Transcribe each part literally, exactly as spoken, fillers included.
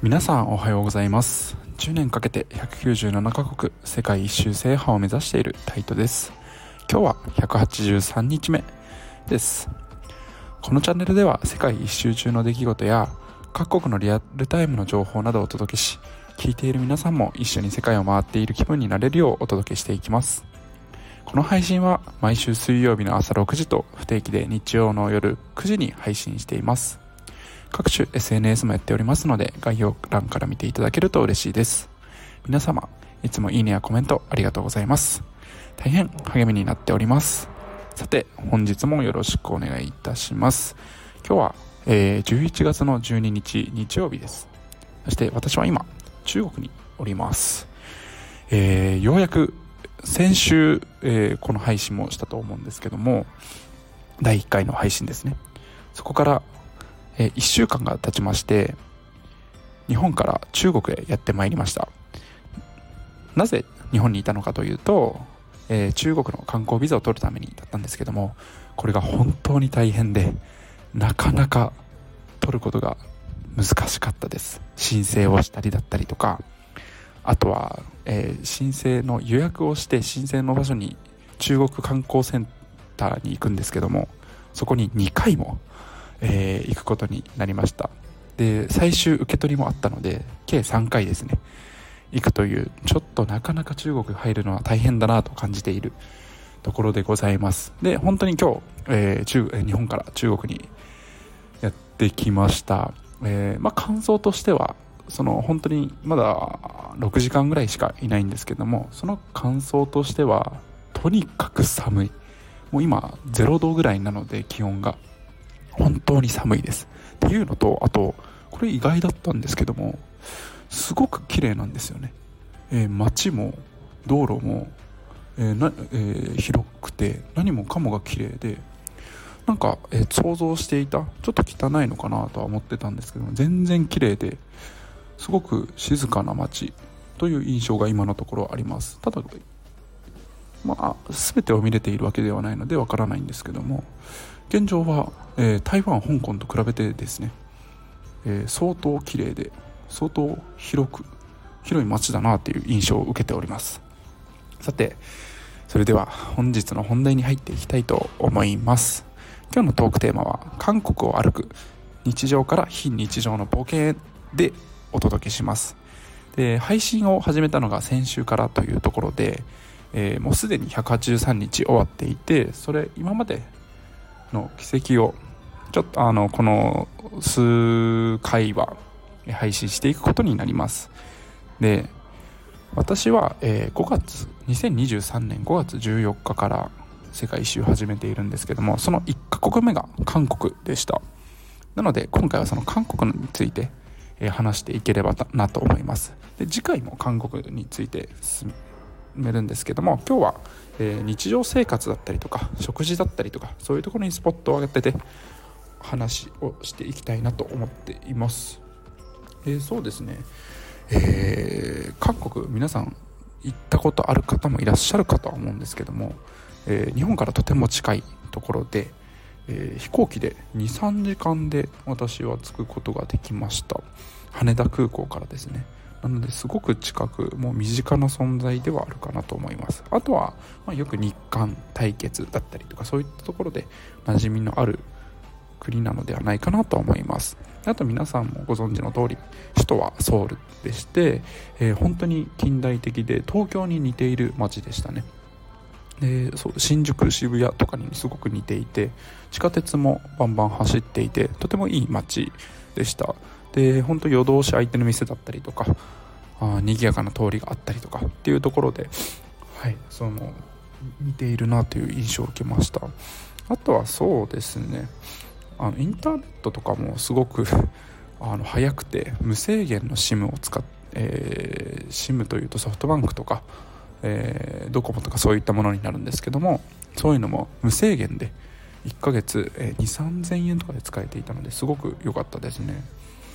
皆さんおはようございます。じゅうねんかけてひゃくきゅうじゅうななカ国世界一周制覇を目指しているタイトです。今日はひゃくはちじゅうさんにちめです。このチャンネルでは世界一周中の出来事や各国のリアルタイムの情報などをお届けし、聞いている皆さんも一緒に世界を回っている気分になれるようお届けしていきます。この配信は毎週水曜日の朝ろくじと不定期で日曜の夜くじに配信しています。各種 エスエヌエス もやっておりますので、概要欄から見ていただけると嬉しいです。皆様いつもいいねやコメントありがとうございます。大変励みになっております。さて本日もよろしくお願いいたします。今日は、えー、じゅういちがつのじゅうににち日曜日です。そして私は今中国におります。えー、ようやく先週、えー、この配信もしたと思うんですけども、だいいっかいの配信ですね。そこからえー、いっしゅうかんが経ちまして、日本から中国へやってまいりました。なぜ日本にいたのかというと、えー、中国の観光ビザを取るためにだったんですけども、これが本当に大変で、なかなか取ることが難しかったです。申請をしたりだったりとか、あとは、えー、申請の予約をして申請の場所に中国観光センターに行くんですけども、そこににかいもえー、行くことになりました。で、最終受け取りもあったので計さんかいですね、行くという、ちょっとなかなか中国入るのは大変だなと感じているところでございます。で、本当に今日、えー、中日本から中国にやってきました。えー、まあ感想としては、その本当にまだろくじかんぐらいしかいないんですけども、その感想としてはとにかく寒い。もう今ゼロどぐらいなので、気温が本当に寒いですっていうのと、あとこれ意外だったんですけども、すごく綺麗なんですよね。えー、街も道路も、えーなえー、広くて何もかもが綺麗で、なんか、えー、想像していたちょっと汚いのかなとは思ってたんですけども、全然綺麗ですごく静かな街という印象が今のところあります。ただまあ全てを見れているわけではないのでわからないんですけども、現状は、えー、台湾、香港と比べてですね、えー、相当綺麗で相当広く広い街だなという印象を受けております。さて、それでは本日の本題に入っていきたいと思います。今日のトークテーマは韓国を歩く、日常から非日常の冒険でお届けします。で、配信を始めたのが先週からというところで、えー、もうすでにひゃくはちじゅうさんにち終わっていて、それ今までの軌跡をちょっとあのこの数回は配信していくことになります。で、私は、えー、ごがつにせんにじゅうさんねんごがつじゅうよっかから世界一周を始めているんですけども、そのいっかこくめが韓国でした。なので今回はその韓国について、えー、話していければなと思います。で、次回も韓国について進めるんですけども、今日はえー、日常生活だったりとか食事だったりとか、そういうところにスポットを当てて話をしていきたいなと思っています。えー、そうですね、えー、韓国皆さん行ったことある方もいらっしゃるかとは思うんですけども、えー、日本からとても近いところで、えー、飛行機で にさんじかんで私は着くことができました。羽田空港からですね。なのですごく近く、もう身近な存在ではあるかなと思います。あとは、まあ、よく日韓対決だったりとか、そういったところで馴染みのある国なのではないかなと思います。あと皆さんもご存知の通り、首都はソウルでして、えー、本当に近代的で東京に似ている街でしたね。で、そう、新宿、渋谷とかにすごく似ていて、地下鉄もバンバン走っていて、とてもいい街でした。で、本当夜通し相手の店だったりとか、あ賑やかな通りがあったりとかっていうところで、はい、その似ているなという印象を受けました。あとはそうですね、あのインターネットとかもすごくあの早くて、無制限の SIM を使って、えー、SIM というとソフトバンクとか、えー、ドコモとかそういったものになるんですけども、そういうのも無制限でいっかげつ、えー、にせんさんぜんえんとかで使えていたので、すごく良かったですね。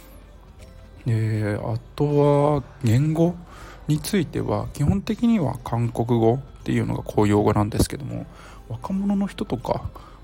で、あとは言語については基本的には韓国語っていうのが公用語なんですけども、若者の人とか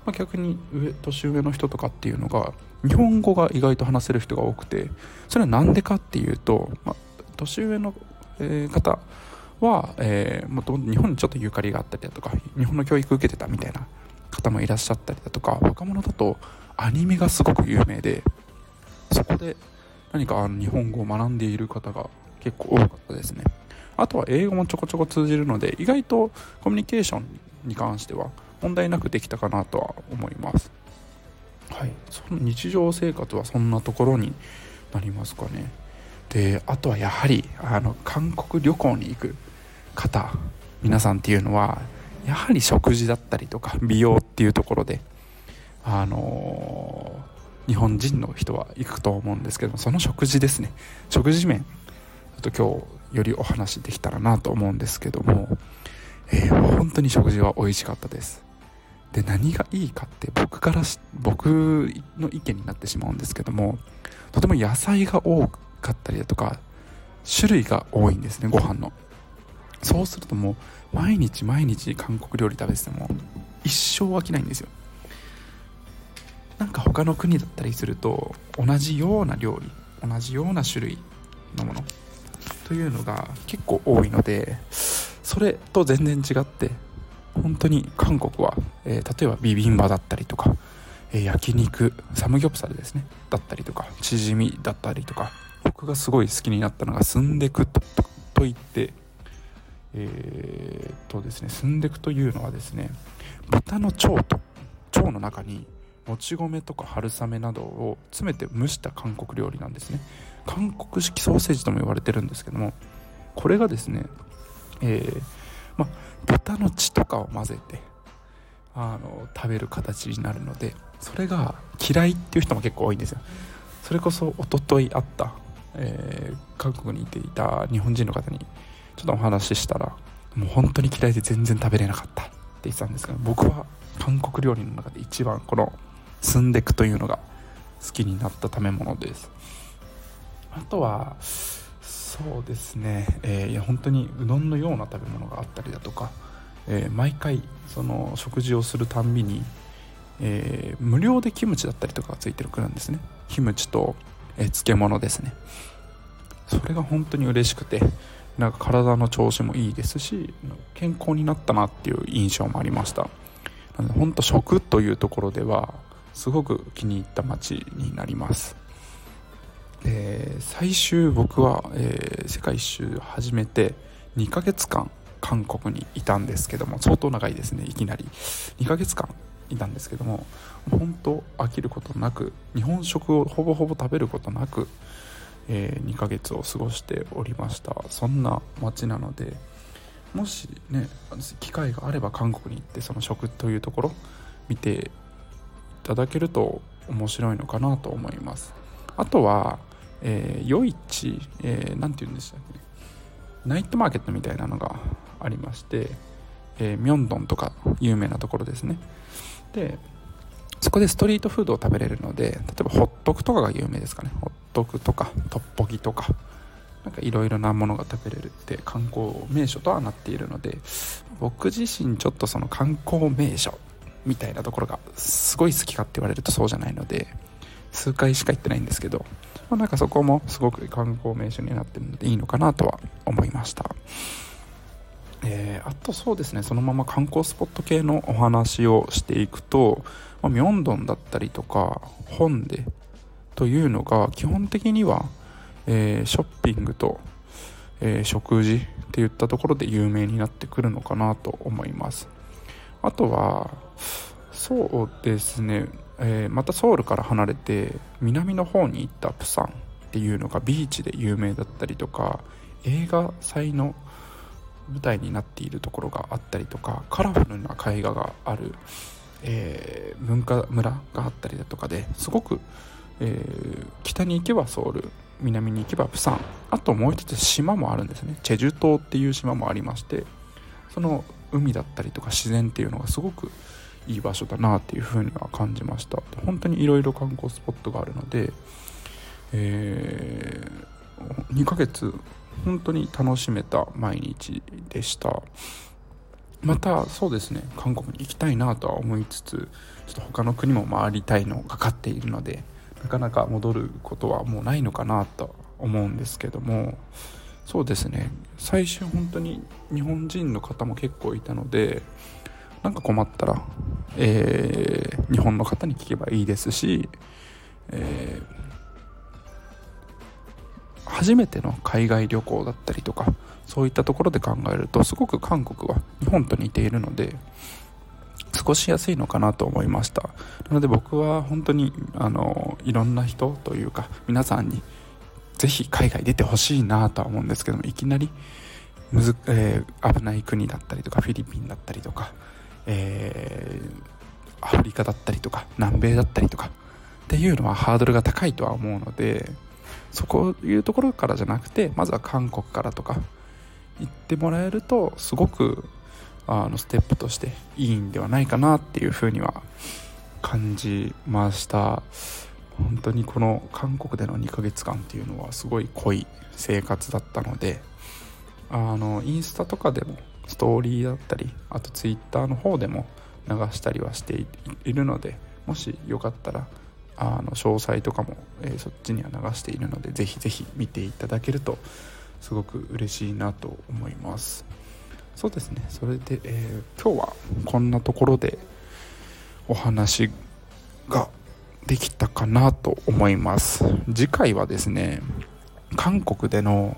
まあ、逆に上年上の人とかっていうのが日本語が意外と話せる人が多くて、それは何でかっていうと、まあ、年上の、えー、方は、えー、もともと日本にちょっとゆかりがあったりだとか、日本の教育受けてたみたいな方もいらっしゃったりだとか、若者だとアニメがすごく有名で、そこで何かあの日本語を学んでいる方が結構多かったですね。あとは英語もちょこちょこ通じるので、意外とコミュニケーションに関しては問題なくできたかなとは思います。はい、その日常生活はそんなところになりますかね。で、あとはやはりあの韓国旅行に行く方皆さんっていうのはやはり食事だったりとか美容っていうところで、あのー、日本人の人は行くと思うんですけども、その食事ですね。食事面ちょっと今日よりお話できたらなと思うんですけども、えー、本当に食事は美味しかったです。で、何がいいかって僕からし僕の意見になってしまうんですけども、とても野菜が多かったりだとか種類が多いんですね、ご飯の。そうするともう毎日毎日韓国料理食べてても一生飽きないんですよ。なんか他の国だったりすると同じような料理、同じような種類のものというのが結構多いので、それと全然違って本当に韓国は、えー、例えばビビンバだったりとか、えー、焼肉、サムギョプサルですねだったりとか、チヂミだったりとか、僕がすごい好きになったのがスンデクとといってえー、っとですねスンデクというのはですね、豚の腸と腸の中にもち米とか春雨などを詰めて蒸した韓国料理なんですね。韓国式ソーセージとも言われてるんですけども、これがですね、えーま、豚の血とかを混ぜてあの食べる形になるので、それが嫌いっていう人も結構多いんですよ。それこそ一昨日会った、えー、韓国にいていた日本人の方にちょっとお話ししたら、もう本当に嫌いで全然食べれなかったって言ってたんですけど、僕は韓国料理の中で一番このスンデクというのが好きになった食べ物です。あとはそうですね、えー、いや本当にうどんのような食べ物があったりだとか、えー、毎回その食事をするたんびに、えー、無料でキムチだったりとかがついてくるんですね。キムチと、えー、漬物ですね。それが本当に嬉しくて、なんか体の調子もいいですし、健康になったなっていう印象もありました。なので本当食というところではすごく気に入った街になります。で、最終僕は、えー、世界一周始めてにかげつかん韓国にいたんですけども、相当長いですね。いきなりにかげつかんいたんですけども、本当飽きることなく、日本食をほぼほぼ食べることなく、えー、にかげつを過ごしておりました。そんな街なので、もしね機会があれば韓国に行ってその食というところ見ていただけると面白いのかなと思います。あとは、えー、夜市、えー、なんて言うんでしたっけ、ナイトマーケットみたいなのがありまして、えー、ミョンドンとか有名なところですね。で、そこでストリートフードを食べれるので、例えばホットクとかが有名ですかね。ホットクとかトッポギとか、なんかいろいろなものが食べれるって観光名所とはなっているので、僕自身ちょっとその観光名所みたいなところがすごい好きかって言われるとそうじゃないので、数回しか行ってないんですけど、まあ、なんかそこもすごく観光名所になってるのでいいのかなとは思いました。えー、あとそうですね、そのまま観光スポット系のお話をしていくと、まあ、ミョンドンだったりとかホンデというのが基本的には、えー、ショッピングと、えー、食事っていったところで有名になってくるのかなと思います。あとはそうですね、えー、またソウルから離れて南の方に行ったプサンっていうのがビーチで有名だったりとか、映画祭の舞台になっているところがあったりとか、カラフルな絵画がある、えー、文化村があったりだとかで、すごく、えー、北に行けばソウル、南に行けばプサン、あともう一つ島もあるんですね。チェジュ島っていう島もありまして、その海だったりとか自然っていうのがすごくいい場所だなっていうふうには感じました。本当にいろいろ観光スポットがあるので、えー、にかげつ本当に楽しめた毎日でした。 またそうですね、韓国に行きたいなとは思いつつ、ちょっと他の国も回りたいのかかっているので、なかなか戻ることはもうないのかなと思うんですけども、そうですね、最初本当に日本人の方も結構いたので、なんか困ったら、えー日本の方に聞けばいいですし、えー初めての海外旅行だったりとか、そういったところで考えるとすごく韓国は日本と似ているので過ごしやすいのかなと思いました。なので僕は本当にあのいろんな人というか皆さんにぜひ海外出てほしいなとは思うんですけども、いきなりむず、えー、危ない国だったりとかフィリピンだったりとか、えー、アフリカだったりとか南米だったりとかっていうのはハードルが高いとは思うので、そこいうところからじゃなくて、まずは韓国からとか行ってもらえるとすごくあのステップとしていいんではないかなっていうふうには感じました。本当にこの韓国でのにかげつかんっていうのはすごい濃い生活だったので、あのインスタとかでもストーリーだったり、あとツイッターの方でも流したりはしているので、もしよかったらあの詳細とかも、えー、そっちには流しているので、ぜひぜひ見ていただけるとすごく嬉しいなと思います。そうですね、それで、えー、今日はこんなところでお話ができたかなと思います。次回はですね、韓国での、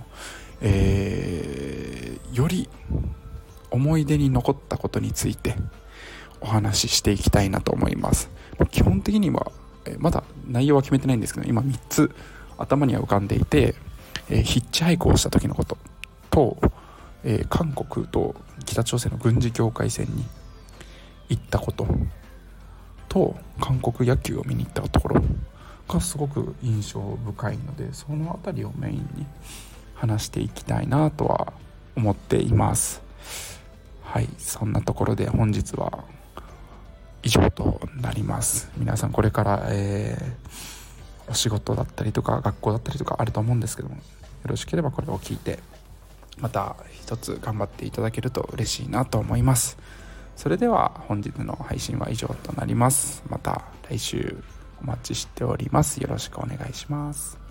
えー、より思い出に残ったことについてお話ししていきたいなと思います。基本的にはまだ内容は決めてないんですけど、今みっつ頭には浮かんでいて、えー、ヒッチハイクをした時のことと、えー、韓国と北朝鮮の軍事境界線に行ったことと、韓国野球を見に行ったところがすごく印象深いので、そのあたりをメインに話していきたいなとは思っています。はい、そんなところで本日は以上となります。皆さんこれから、えー、お仕事だったりとか学校だったりとかあると思うんですけども、よろしければこれを聞いてまた一つ頑張っていただけると嬉しいなと思います。それでは本日の配信は以上となります。また来週お待ちしております。よろしくお願いします。